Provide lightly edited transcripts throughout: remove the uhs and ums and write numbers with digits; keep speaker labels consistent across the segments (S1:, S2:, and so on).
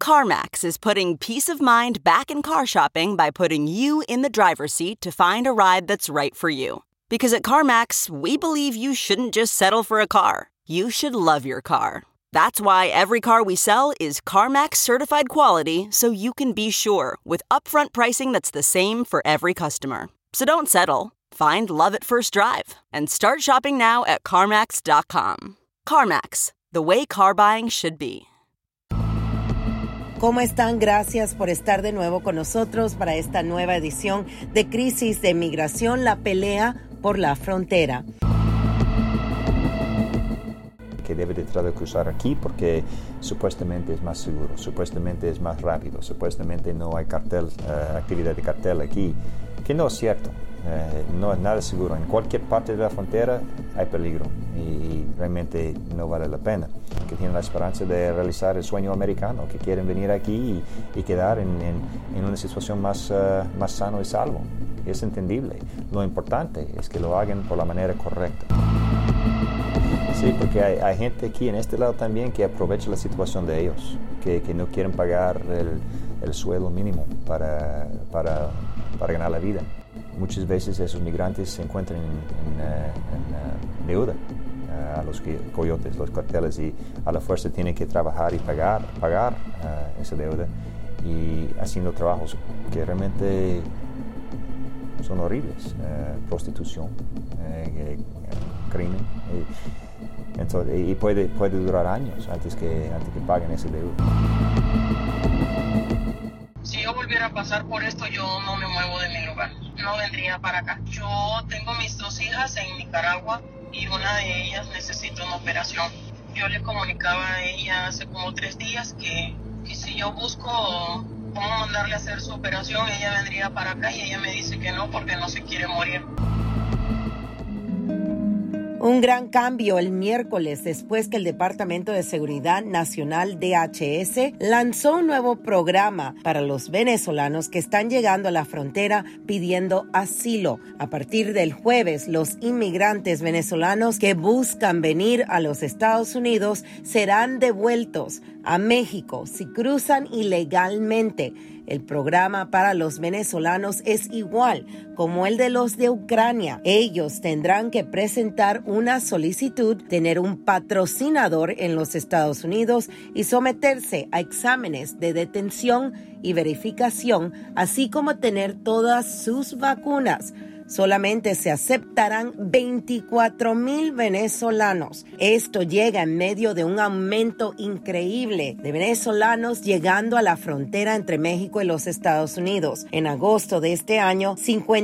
S1: CarMax is putting peace of mind back in car shopping by putting you in the driver's seat to find a ride that's right for you. Because at CarMax, we believe you shouldn't just settle for a car. You should love your car. That's why every car we sell is CarMax certified quality, so you can be sure with upfront pricing that's the same for every customer. So don't settle. Find love at first drive and start shopping now at CarMax.com. CarMax, the way car buying should be.
S2: ¿Cómo están? Gracias por estar de nuevo con nosotros para esta nueva edición de Crisis de Migración, la pelea por la frontera.
S3: Que debe de tratar de cruzar aquí porque supuestamente es más seguro, supuestamente es más rápido, supuestamente no hay actividad de cartel aquí, que no es cierto. No es nada seguro. En cualquier parte de la frontera hay peligro y realmente no vale la pena. Que tienen la esperanza de realizar el sueño americano, que quieren venir aquí y quedar en una situación más sano y salvo. Es entendible. Lo importante es que lo hagan por la manera correcta. Sí, porque hay gente aquí en este lado también que aprovecha la situación de ellos, que no quieren pagar el sueldo mínimo para ganar la vida. Muchas veces esos migrantes se encuentran en deuda a los coyotes, los carteles, y a la fuerza tienen que trabajar y pagar esa deuda y haciendo trabajos que realmente son horribles, prostitución, crimen, y puede durar años antes que paguen esa deuda.
S4: Si yo volviera a pasar por esto, yo no me muevo de mi lugar, no vendría para acá. Yo tengo mis 2 hijas en Nicaragua y una de ellas necesita una operación. Yo le comunicaba a ella hace como 3 días que si yo busco cómo mandarle a hacer su operación, ella vendría para acá, y ella me dice que no porque no se quiere morir.
S2: Un gran cambio el miércoles después que el Departamento de Seguridad Nacional DHS lanzó un nuevo programa para los venezolanos que están llegando a la frontera pidiendo asilo. A partir del jueves, los inmigrantes venezolanos que buscan venir a los Estados Unidos serán devueltos a México si cruzan ilegalmente. El programa para los venezolanos es igual como el de los de Ucrania. Ellos tendrán que presentar una solicitud, tener un patrocinador en los Estados Unidos y someterse a exámenes de detención y verificación, así como tener todas sus vacunas. Solamente se aceptarán 24,000 venezolanos. Esto llega en medio de un aumento increíble de venezolanos llegando a la frontera entre México y los Estados Unidos. En agosto de este año,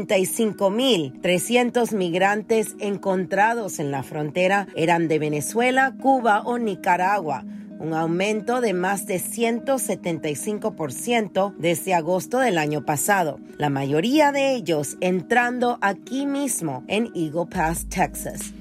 S2: 55,300 migrantes encontrados en la frontera eran de Venezuela, Cuba o Nicaragua, un aumento de más de 175% desde agosto del año pasado. La mayoría de ellos entrando aquí mismo en Eagle Pass, Texas.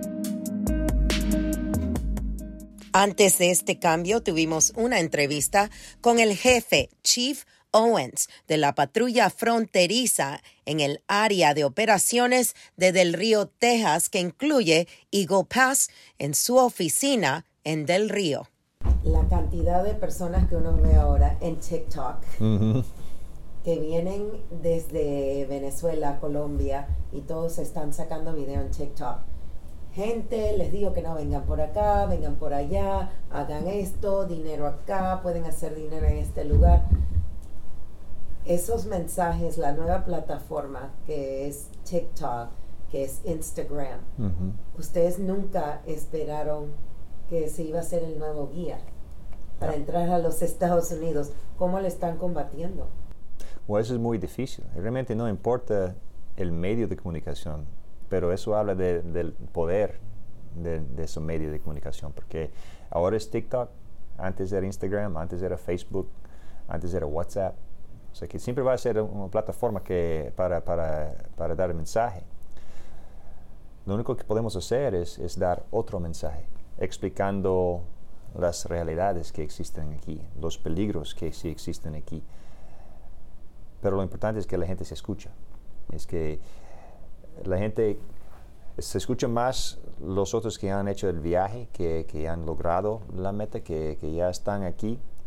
S2: Antes de este cambio, tuvimos una entrevista con el jefe, Chief Owens, de la patrulla fronteriza en el área de operaciones de Del Río, Texas, que incluye Eagle Pass en su oficina en Del Río. La cantidad de personas que uno ve ahora en TikTok, que vienen desde Venezuela, Colombia, y todos están sacando video en TikTok. Gente, les digo que no vengan por acá, vengan por allá, hagan esto, dinero acá, pueden hacer dinero en este lugar. Esos mensajes, la nueva plataforma que es TikTok, que es Instagram, ustedes nunca esperaron que se iba a ser el nuevo guía para entrar a los Estados Unidos. ¿Cómo le están combatiendo?
S3: Bueno, eso es muy difícil. Realmente no importa el medio de comunicación, pero eso habla del poder de esos medios de comunicación, porque ahora es TikTok, antes era Instagram, antes era Facebook, antes era WhatsApp. O sea que siempre va a ser una plataforma para dar el mensaje. Lo único que podemos hacer es dar otro mensaje, explicando las realidades que existen aquí, los peligros que sí existen aquí. Pero lo importante es que la gente se escucha. Es que la gente se escucha más los otros que han hecho el viaje, que han logrado la meta, que ya están aquí,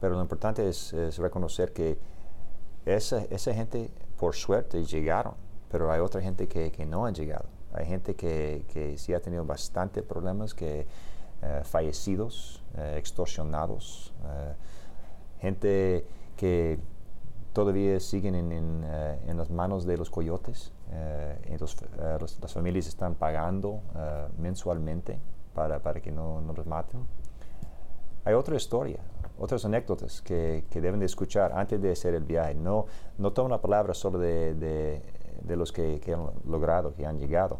S3: pero lo importante es reconocer que esa gente, por suerte, llegaron, pero hay otra gente que no ha llegado. Hay gente que sí ha tenido bastante problemas, fallecidos, extorsionados, gente que todavía siguen en las manos de los coyotes. Las familias están pagando mensualmente para que no los maten. Hay otra historia, otras anécdotas que deben de escuchar antes de hacer el viaje. No tomen la palabra solo de los que han logrado, que han llegado.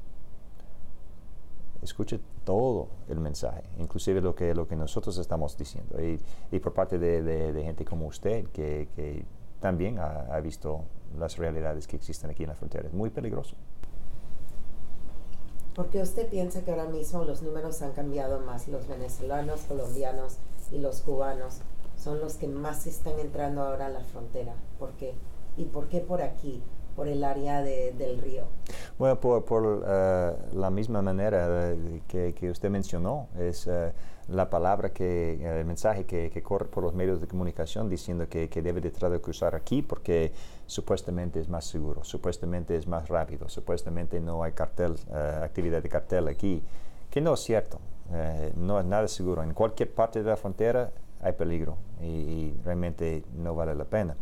S3: Escuche todo el mensaje, inclusive lo que nosotros estamos diciendo. Y por parte de gente como usted, que también ha visto las realidades que existen aquí en la frontera. Es muy peligroso.
S2: ¿Por qué usted piensa que ahora mismo los números han cambiado más? Los venezolanos, colombianos y los cubanos son los que más están entrando ahora a la frontera. ¿Por qué? ¿Y por qué por aquí, por el área del río?
S3: Bueno, por la misma manera que usted mencionó, es la palabra el mensaje que corre por los medios de comunicación diciendo que debe de tratar de cruzar aquí porque supuestamente es más seguro, supuestamente es más rápido, supuestamente no hay actividad de cartel aquí, que no es cierto. No es nada seguro. En cualquier parte de la frontera hay peligro y realmente no vale la pena.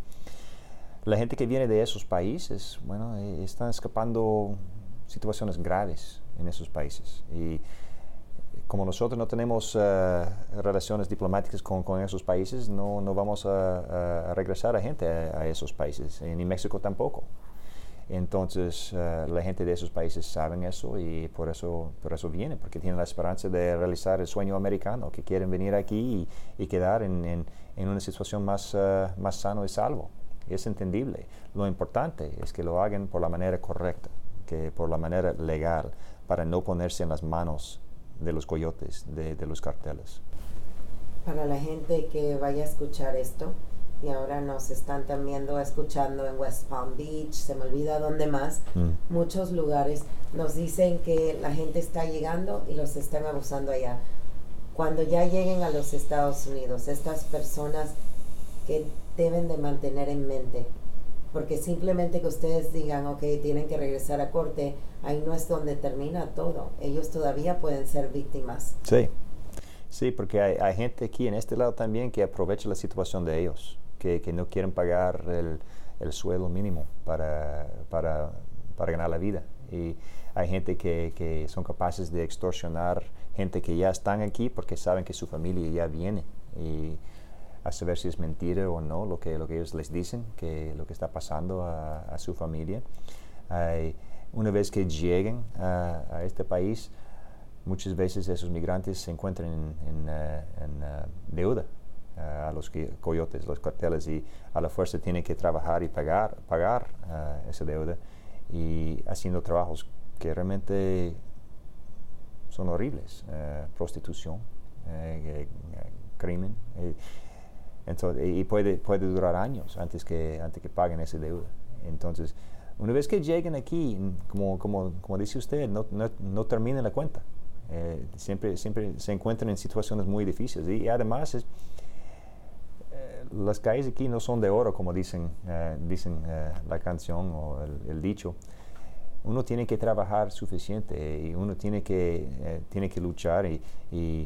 S3: La gente que viene de esos países, bueno, están escapando situaciones graves en esos países. Y como nosotros no tenemos relaciones diplomáticas con esos países, no vamos a regresar a gente a esos países, ni México tampoco. Entonces, la gente de esos países saben eso y por eso vienen, porque tienen la esperanza de realizar el sueño americano, que quieren venir aquí y quedar en una situación más sano y salvo. Es entendible. Lo importante es que lo hagan por la manera correcta, que por la manera legal, para no ponerse en las manos de los coyotes, de los carteles.
S2: Para la gente que vaya a escuchar esto, y ahora nos están también escuchando en West Palm Beach, se me olvida dónde más, muchos lugares nos dicen que la gente está llegando y los están abusando allá. Cuando ya lleguen a los Estados Unidos, estas personas que deben de mantener en mente, porque simplemente que ustedes digan, ok, tienen que regresar a corte, ahí no es donde termina todo. Ellos todavía pueden ser víctimas.
S3: Sí, porque hay gente aquí en este lado también que aprovecha la situación de ellos, que no quieren pagar el sueldo mínimo para ganar la vida. Y hay gente que son capaces de extorsionar gente que ya están aquí porque saben que su familia ya viene. Y a saber si es mentira o no lo que ellos les dicen, que lo que está pasando a su familia. Una vez que lleguen a este país, muchas veces esos migrantes se encuentran en deuda a los coyotes, los carteles, y a la fuerza tienen que trabajar y pagar esa deuda, y haciendo trabajos que realmente son horribles, prostitución, crimen. Entonces, y puede durar años antes que paguen esa deuda. Entonces, una vez que lleguen aquí, como dice usted, no terminen la cuenta. Siempre se encuentran en situaciones muy difíciles. Y además, las calles aquí no son de oro, como dicen la canción o el dicho. Uno tiene que trabajar suficiente y uno tiene que luchar y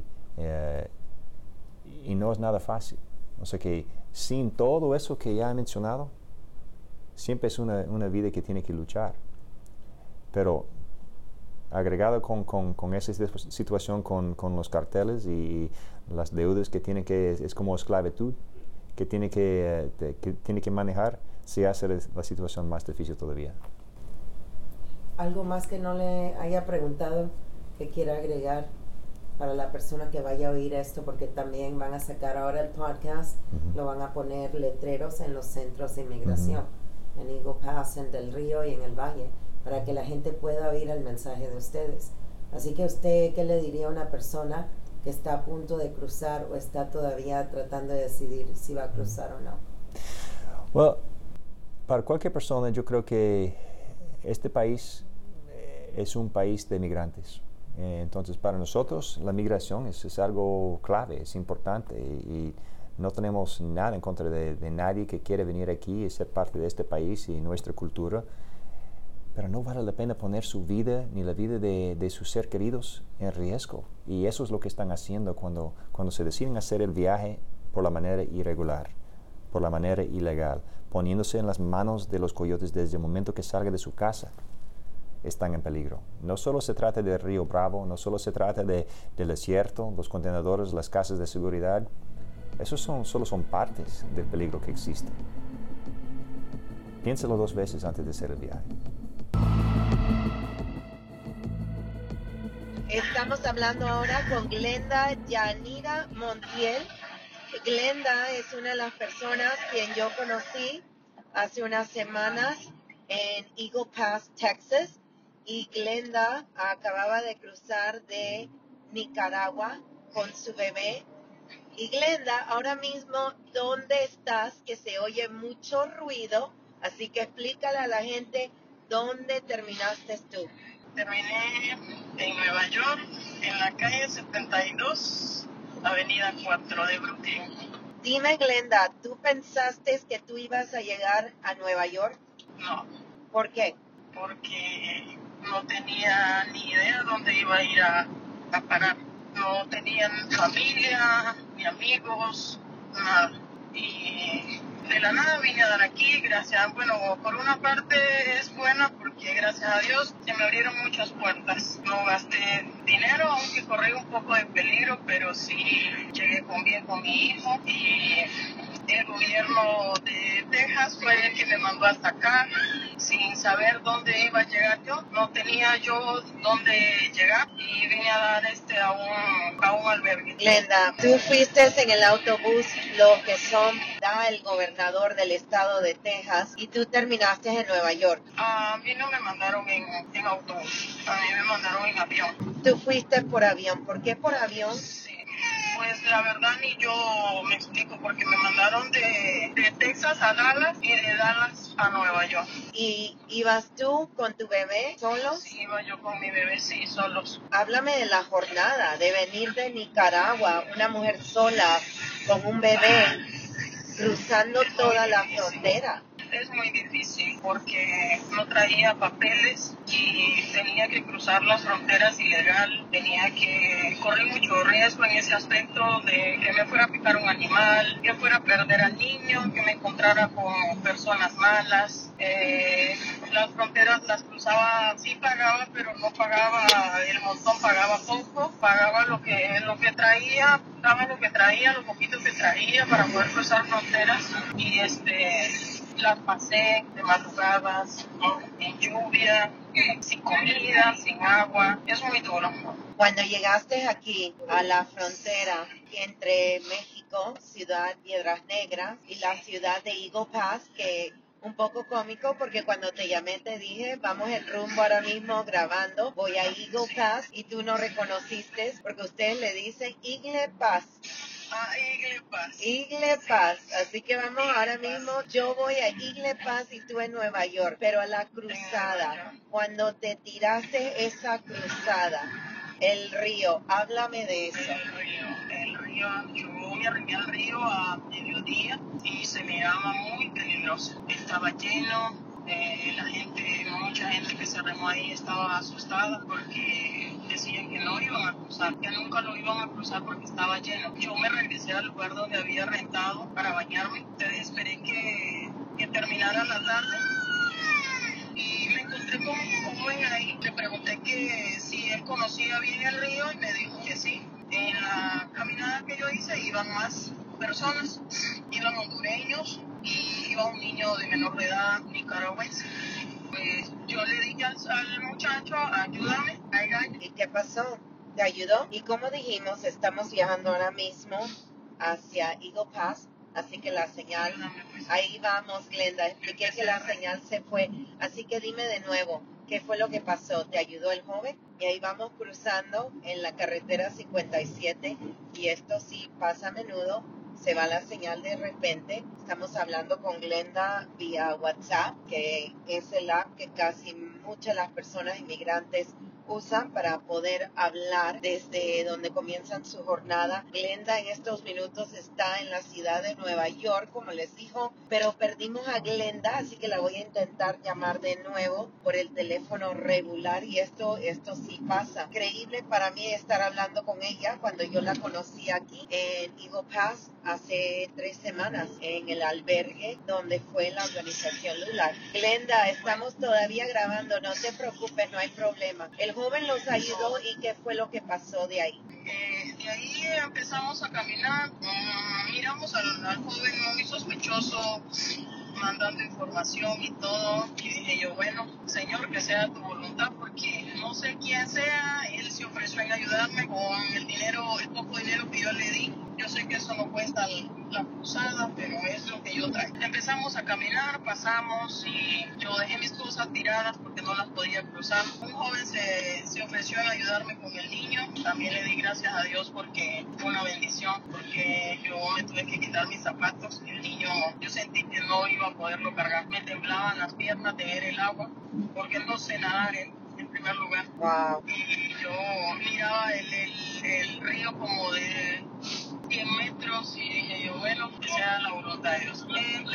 S3: no es nada fácil. O sea que sin todo eso que ya he mencionado, siempre es una vida que tiene que luchar. Pero agregado con esa situación con los carteles y las deudas que es como esclavitud, que tiene que manejar, se hace la situación más difícil todavía.
S2: ¿Algo más que no le haya preguntado que quiera agregar para la persona que vaya a oír esto? Porque también van a sacar ahora el podcast, lo van a poner letreros en los centros de inmigración, en Eagle Pass, en Del Río y en el Valle, para que la gente pueda oír el mensaje de ustedes. Así que usted, ¿qué le diría a una persona que está a punto de cruzar o está todavía tratando de decidir si va a cruzar o no?
S3: Well, para cualquier persona, yo creo que este país es un país de migrantes. Entonces, para nosotros, la migración es algo clave, es importante. Y No tenemos nada en contra de nadie que quiere venir aquí y ser parte de este país y nuestra cultura, pero no vale la pena poner su vida ni la vida de sus seres queridos en riesgo. Y eso es lo que están haciendo cuando se deciden hacer el viaje por la manera irregular, por la manera ilegal, poniéndose en las manos de los coyotes desde el momento que salga de su casa. Están en peligro. No solo se trata del Río Bravo, no solo se trata del desierto, los contenedores, las casas de seguridad. Esos solo son partes del peligro que existe. Piénsalo 2 veces antes de hacer el viaje.
S2: Estamos hablando ahora con Glenda Yanira Montiel. Glenda es una de las personas quien yo conocí hace unas semanas en Eagle Pass, Texas. Y Glenda acababa de cruzar de Nicaragua con su bebé. Y Glenda, ahora mismo, ¿dónde estás? Que se oye mucho ruido, así que explícale a la gente dónde terminaste tú.
S4: Terminé en Nueva York, en la calle 72, avenida 4 de Brooklyn.
S2: Dime, Glenda, ¿tú pensaste que tú ibas a llegar a Nueva York?
S4: No,
S2: ¿Por qué?
S4: porque no tenía ni idea dónde iba a ir a parar. No tenían familia, ni amigos, nada. Y de la nada vine a dar aquí, gracias, bueno, por una parte es buena porque gracias a Dios se me abrieron muchas puertas. No gasté dinero, aunque corrí un poco de peligro, pero sí llegué bien con mi hijo y el gobierno de Texas fue el que me mandó hasta acá sin saber dónde iba a llegar yo. No tenía yo dónde llegar y vine a dar a un albergue.
S2: Glenda, tú fuiste en el autobús, lo que da el gobernador del estado de Texas, y tú terminaste en Nueva York.
S4: A mí no me mandaron en autobús, a mí me mandaron en avión.
S2: Tú fuiste por avión. ¿Por qué por avión?
S4: Sí. Pues la verdad ni yo me explico, porque me mandaron de Texas a Dallas y de Dallas a Nueva York.
S2: ¿Y ibas tú con tu bebé solos?
S4: Sí, iba yo con mi bebé, sí, solos.
S2: Háblame de la jornada de venir de Nicaragua, una mujer sola con un bebé, cruzando toda la frontera.
S4: Es muy difícil porque no traía papeles y tenía que cruzar las fronteras ilegal, tenía que correr mucho riesgo en ese aspecto de que me fuera a picar un animal, que fuera a perder al niño, que me encontrara con personas malas. Las fronteras las cruzaba, sí pagaba, pero no pagaba el montón, pagaba poco, pagaba lo que traía, daba lo que traía, lo poquito que traía para poder cruzar fronteras y las pasé de madrugadas, en lluvia, sin comida, sin agua. Es muy duro.
S2: Cuando llegaste aquí a la frontera entre México, ciudad Piedras Negras, y la ciudad de Eagle Pass, que un poco cómico porque cuando te llamé te dije, vamos en rumbo ahora mismo grabando, voy a Eagle Pass y tú no reconociste porque ustedes le dicen Eagle Pass.
S4: Eagle Pass.
S2: Eagle Pass, así que vamos ahora mismo, yo voy a Eagle Pass y tú en Nueva York, pero a la cruzada, cuando te tiraste esa cruzada, el río, háblame de eso.
S4: El río, yo me arrimé al río a mediodía y se miraba muy peligroso, estaba lleno. Mucha gente que se remó ahí estaba asustada porque decían que no iban a cruzar, que nunca lo iban a cruzar porque estaba lleno. Yo me regresé al lugar donde había rentado para bañarme. Entonces esperé que terminara la tarde y me encontré con un joven ahí. Le pregunté que si él conocía bien el río y me dijo que sí. En la caminada que yo hice iban más personas, iban hondureños y iba un niño de menor de edad nicaragüense. Pues yo le dije al muchacho, ayúdame, ayúdame.
S2: ¿Y qué pasó? ¿Te ayudó? Y como dijimos, estamos viajando ahora mismo hacia Eagle Pass, así que la señal, ahí vamos, Glenda, expliqué que la señal se fue, así que dime de nuevo, ¿qué fue lo que pasó? ¿Te ayudó el joven? Y ahí vamos cruzando en la carretera 57, y esto sí pasa a menudo, se va la señal de repente. Estamos hablando con Glenda vía WhatsApp, que es el app que casi muchas de las personas inmigrantes usan para poder hablar desde donde comienzan su jornada. Glenda en estos minutos está en la ciudad de Nueva York, como les dijo, pero perdimos a Glenda, así que la voy a intentar llamar de nuevo por el teléfono regular y esto sí pasa. Increíble para mí estar hablando con ella cuando yo la conocí aquí en Eagle Pass hace 3 semanas en el albergue donde fue la organización Lular. Glenda, estamos todavía grabando, no te preocupes, no hay problema. El joven los ayudó y ¿qué fue lo que pasó de ahí?
S4: De ahí empezamos a caminar, miramos al joven muy sospechoso, mandando información y todo, y dije yo, bueno, Señor, que sea tu voluntad, porque no sé quién sea, él se ofreció en ayudarme con el poco dinero que yo le di. Yo sé que eso no cuesta la cruzada, pero es lo que yo traigo. Empezamos a caminar, pasamos y yo dejé mis cosas tiradas porque no las podía cruzar. Un joven se ofreció en ayudarme con el niño. También le di gracias a Dios porque fue una bendición, porque yo me tuve que quitar mis zapatos. El niño, yo sentí que no iba a poderlo cargar. Me temblaban las piernas de ver el agua, porque no sé nadar en primer lugar.
S2: Wow.
S4: Y yo miraba el río como de 100 metros y dije yo, bueno, que sea la voluntad de Dios.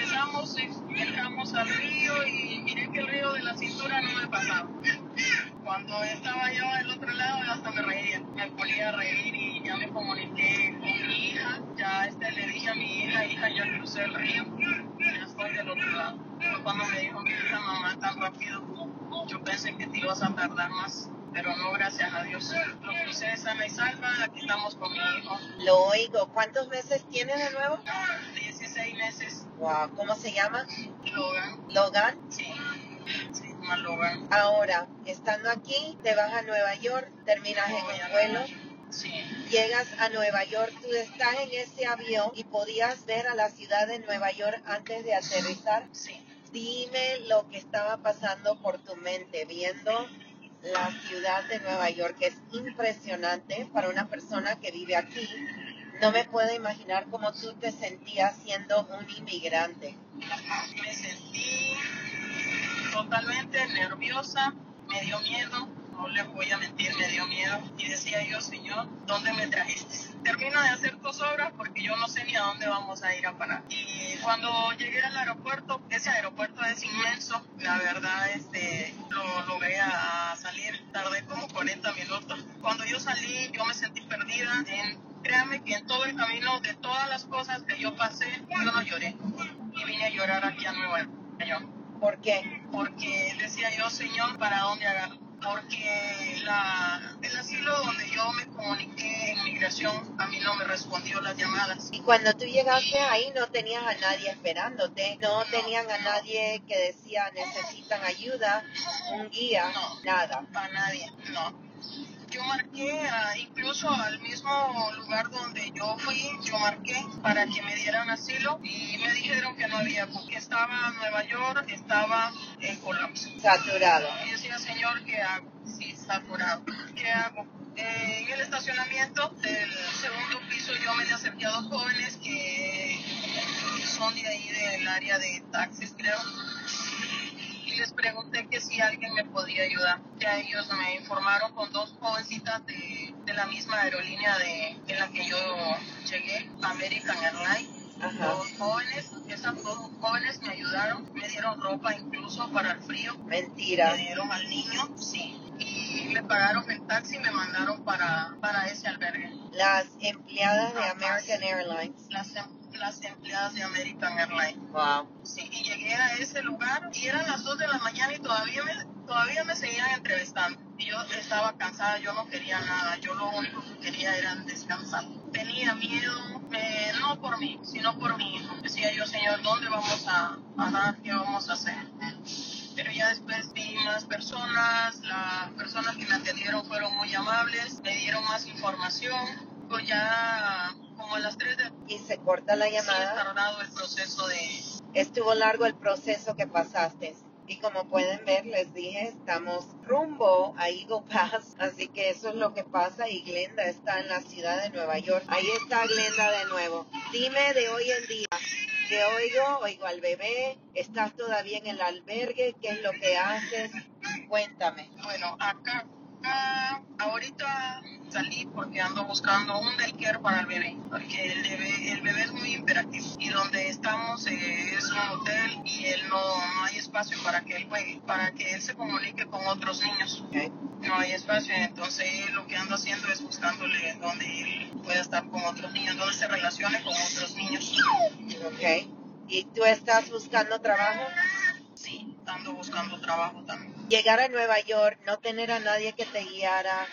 S4: Entramos al río y miré que el río de la cintura no me pasaba. Cuando estaba yo del otro lado, yo hasta me reía, me ponía a reír y ya me comuniqué con mi hija. Ya le dije a mi hija, ya crucé el río, ya estoy del otro lado. Cuando me dijo mi hija, mamá, tan rápido, yo pensé que te ibas a tardar más, pero no, gracias a Dios. Lo crucé sana y salva, aquí estamos con mi hijo.
S2: Lo oigo. ¿Cuántos meses tienes de nuevo?
S4: 16 meses.
S2: Wow. ¿Cómo se llama?
S4: Logan.
S2: Logan.
S4: Sí, más Logan.
S2: Ahora, estando aquí, te vas a Nueva York, terminas en el vuelo.
S4: Sí.
S2: Llegas a Nueva York, tú estás en ese avión y podías ver a la ciudad de Nueva York antes de aterrizar.
S4: Sí.
S2: Dime lo que estaba pasando por tu mente viendo la ciudad de Nueva York, que es impresionante para una persona que vive aquí. No me puedo imaginar cómo tú te sentías siendo un inmigrante.
S4: Me sentí totalmente nerviosa, me dio miedo, no les voy a mentir, me dio miedo. Y decía yo, Señor, ¿dónde me trajiste? Termina de hacer tus obras porque yo no sé ni a dónde vamos a ir a parar. Y cuando llegué al aeropuerto, ese aeropuerto es inmenso, la verdad, lo logré a salir, tardé como 40 minutos. Cuando yo salí, yo me sentí perdida. Créanme que en todo el camino de todas las cosas que yo pasé, yo no lloré. Y vine a llorar aquí a Nueva York.
S2: ¿Por qué?
S4: Porque decía yo, Señor, ¿para dónde agarro? Porque el asilo donde yo me comuniqué en migración, a mí no me respondió las llamadas.
S2: Y cuando tú llegaste ahí no tenías a nadie esperándote, no tenían a nadie que decía necesitan ayuda, un guía, nada.
S4: A nadie, no. Yo marqué incluso al mismo lugar donde yo fui, yo marqué para que me dieran asilo y me dijeron que no había, porque estaba Nueva York, estaba en colapso.
S2: Saturado.
S4: Y decía, Señor, ¿qué hago? Sí, saturado. ¿Qué hago? En el estacionamiento del segundo piso yo me le acerqué a 2 jóvenes que son de ahí del área de taxis, creo. Y les pregunté que si alguien me podía ayudar. Ya ellos me informaron con 2 jovencitas de la misma aerolínea en la que yo llegué, American Airlines.
S2: Ajá.
S4: 2 jóvenes, esas 2 jóvenes me ayudaron, me dieron ropa incluso para el frío.
S2: Mentira.
S4: Me dieron al niño, sí. Y me pagaron el taxi y me mandaron para ese albergue.
S2: Las empleadas de American Airlines.
S4: Las empleadas de American Airlines.
S2: Wow.
S4: Sí, y llegué a ese lugar y eran las 2 de la mañana y todavía me seguían entrevistando. Y yo estaba cansada, yo no quería nada, yo lo único que quería era descansar. Tenía miedo, no por mí, sino por mi hijo. Decía yo, Señor, ¿dónde vamos a dar? ¿Qué vamos a hacer? Pero ya después vi más personas, las personas que me atendieron fueron muy amables, me dieron más información, pues ya como a las 3 de...
S2: Y se corta la llamada.
S4: Sí, tardado el proceso de...
S2: Estuvo largo el proceso que pasaste. Y como pueden ver, les dije, estamos rumbo a Eagle Pass. Así que eso es lo que pasa. Y Glenda está en la ciudad de Nueva York. Ahí está Glenda de nuevo. Dime de hoy en día. Te oigo al bebé. ¿Estás todavía en el albergue? ¿Qué es lo que haces? Cuéntame.
S4: Bueno, acá Ahorita salí porque ando buscando un daycare para el bebé, porque el bebé es muy hiperactivo y donde estamos es un hotel y él no hay espacio para que él juegue, para que él se comunique con otros niños.
S2: Okay.
S4: No hay espacio, entonces lo que ando haciendo es buscándole donde él pueda estar con otros niños, donde se relacione con otros niños.
S2: Ok. ¿Y tú estás buscando trabajo?
S4: Sí, ando buscando trabajo también.
S2: Llegar a Nueva York, no tener a nadie que te guiara.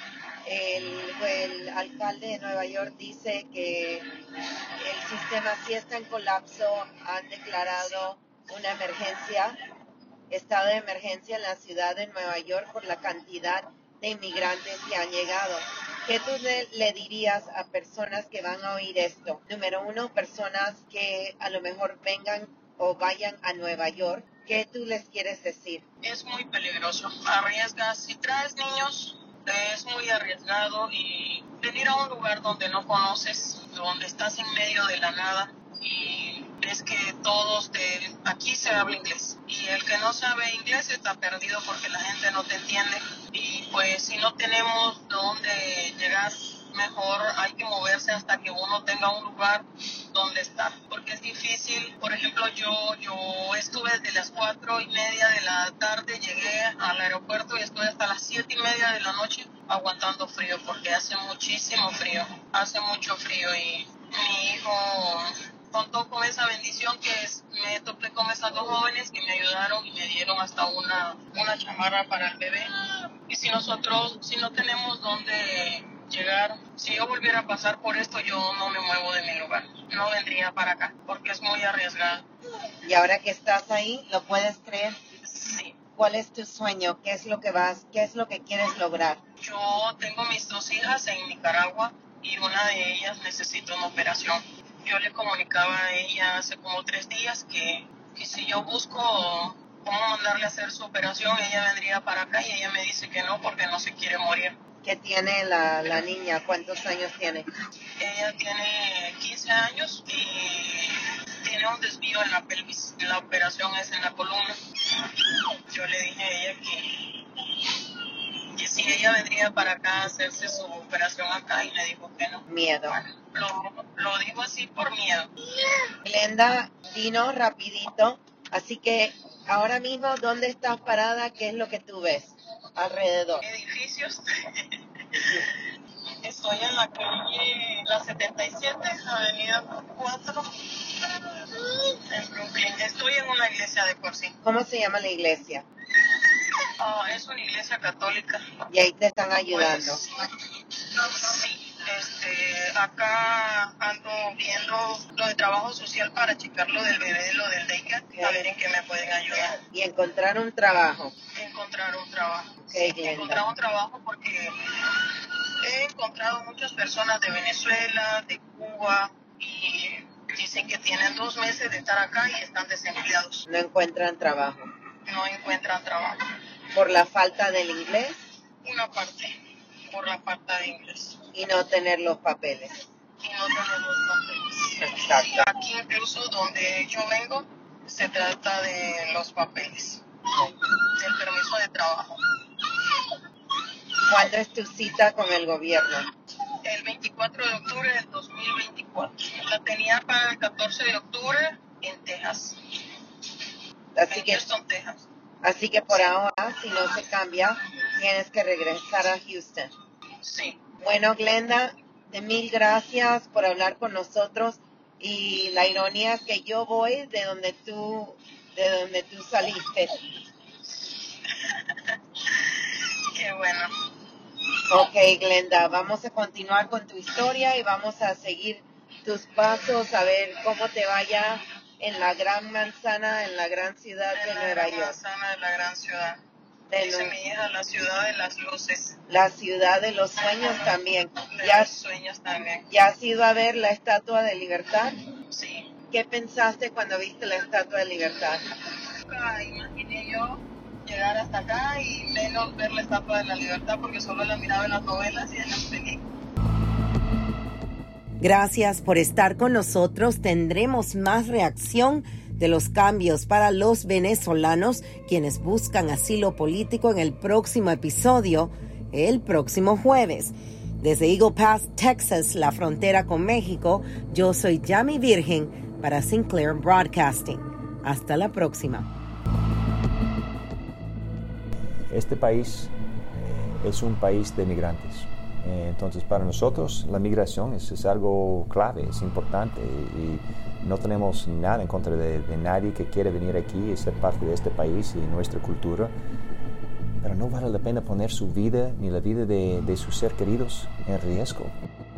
S2: El alcalde de Nueva York dice que el sistema sí está en colapso. Han declarado una emergencia, estado de emergencia en la ciudad de Nueva York por la cantidad de inmigrantes que han llegado. ¿Qué tú le dirías a personas que van a oír esto? Número uno, personas que a lo mejor vengan o vayan a Nueva York. ¿Qué tú les quieres decir?
S4: Es muy peligroso. Arriesgas. Si traes niños, es muy arriesgado y venir a un lugar donde no conoces, donde estás en medio de la nada y es que aquí se habla inglés y el que no sabe inglés está perdido porque la gente no te entiende y pues si no tenemos dónde llegar, mejor hay que moverse hasta que uno tenga un lugar donde estar, porque es difícil. Por ejemplo, yo estuve desde las 4:30 de la tarde, llegué al aeropuerto y estuve hasta las 7:30 de la noche aguantando frío, porque hace muchísimo frío, hace mucho frío y mi hijo contó con esa bendición me topé con esas dos jóvenes que me ayudaron y me dieron hasta una chamarra para el bebé. Y si no tenemos dónde llegar, si yo volviera a pasar por esto, yo no me muevo de mi lugar, no vendría para acá, porque es muy arriesgado.
S2: Y ahora que estás ahí, ¿lo puedes creer?
S4: Sí.
S2: ¿Cuál es tu sueño? ¿Qué es lo que quieres lograr?
S4: Yo tengo mis 2 hijas en Nicaragua y una de ellas necesita una operación. Yo le comunicaba a ella hace como 3 días que si yo busco cómo mandarle a hacer su operación, ella vendría para acá y ella me dice que no porque no se quiere morir.
S2: ¿Qué tiene la niña? ¿Cuántos años tiene?
S4: Ella tiene 15 años y tiene un desvío en la pelvis. La operación es en la columna. Yo le dije a ella que si ella vendría para acá a hacerse su operación acá y me dijo que no.
S2: Miedo.
S4: Bueno, lo digo así por miedo.
S2: Glenda, dinos rapidito. Así que ahora mismo, ¿dónde estás parada? ¿Qué es lo que tú ves alrededor?
S4: Edificios. Estoy en la calle La 77, Avenida 4, en Brooklyn. Estoy en una iglesia de por sí.
S2: ¿Cómo se llama la iglesia?
S4: Es una iglesia católica.
S2: Y ahí te están ayudando.
S4: Pues, sí. Acá ando viendo lo de trabajo social para checar lo del bebé, lo del daycare, a ver en qué me pueden ayudar.
S2: Y encontrar un trabajo.
S4: Encontrar un trabajo.
S2: Okay,
S4: sí, encontrar un trabajo porque he encontrado muchas personas de Venezuela, de Cuba, y dicen que tienen 2 meses de estar acá y están desempleados.
S2: No encuentran trabajo.
S4: No encuentran trabajo.
S2: ¿Por la falta del inglés?
S4: Una parte, por la falta de inglés.
S2: Y no tener los papeles.
S4: Y no tener los papeles.
S2: Exacto.
S4: Y aquí incluso donde yo vengo, se trata de los papeles, del permiso de trabajo.
S2: ¿Cuándo es tu cita con el gobierno?
S4: El 24 de octubre del 2024. La tenía para el 14 de octubre en Texas.
S2: Así
S4: en
S2: que,
S4: Houston, Texas.
S2: Así que por ahora, si no se cambia, tienes que regresar a Houston.
S4: Sí.
S2: Bueno, Glenda, de mil gracias por hablar con nosotros. Y la ironía es que yo voy de donde tú saliste.
S4: Qué bueno.
S2: Ok, Glenda, vamos a continuar con tu historia y vamos a seguir tus pasos, a ver cómo te vaya en la gran manzana, en la gran ciudad de Nueva York.
S4: En la manzana de la gran ciudad. Dice mi hija, la ciudad de las luces.
S2: La ciudad de los sueños también.
S4: Los sueños también.
S2: ¿Ya has ido a ver la Estatua de Libertad?
S4: Sí.
S2: ¿Qué pensaste cuando viste la Estatua de Libertad?
S4: Nunca imaginé yo llegar hasta acá y menos ver la Estatua de la Libertad porque solo la miraba en las novelas y en las películas.
S2: Gracias por estar con nosotros. Tendremos más reacción de los cambios para los venezolanos quienes buscan asilo político en el próximo episodio. el próximo jueves. Desde Eagle Pass, Texas, la frontera con México, yo soy Yami Virgen para Sinclair Broadcasting. Hasta la próxima.
S3: Este país es un país de migrantes. Entonces, para nosotros la migración es algo clave, es importante y no tenemos nada en contra de nadie que quiere venir aquí y ser parte de este país y nuestra cultura. Pero no vale la pena poner su vida ni la vida de sus seres queridos en riesgo.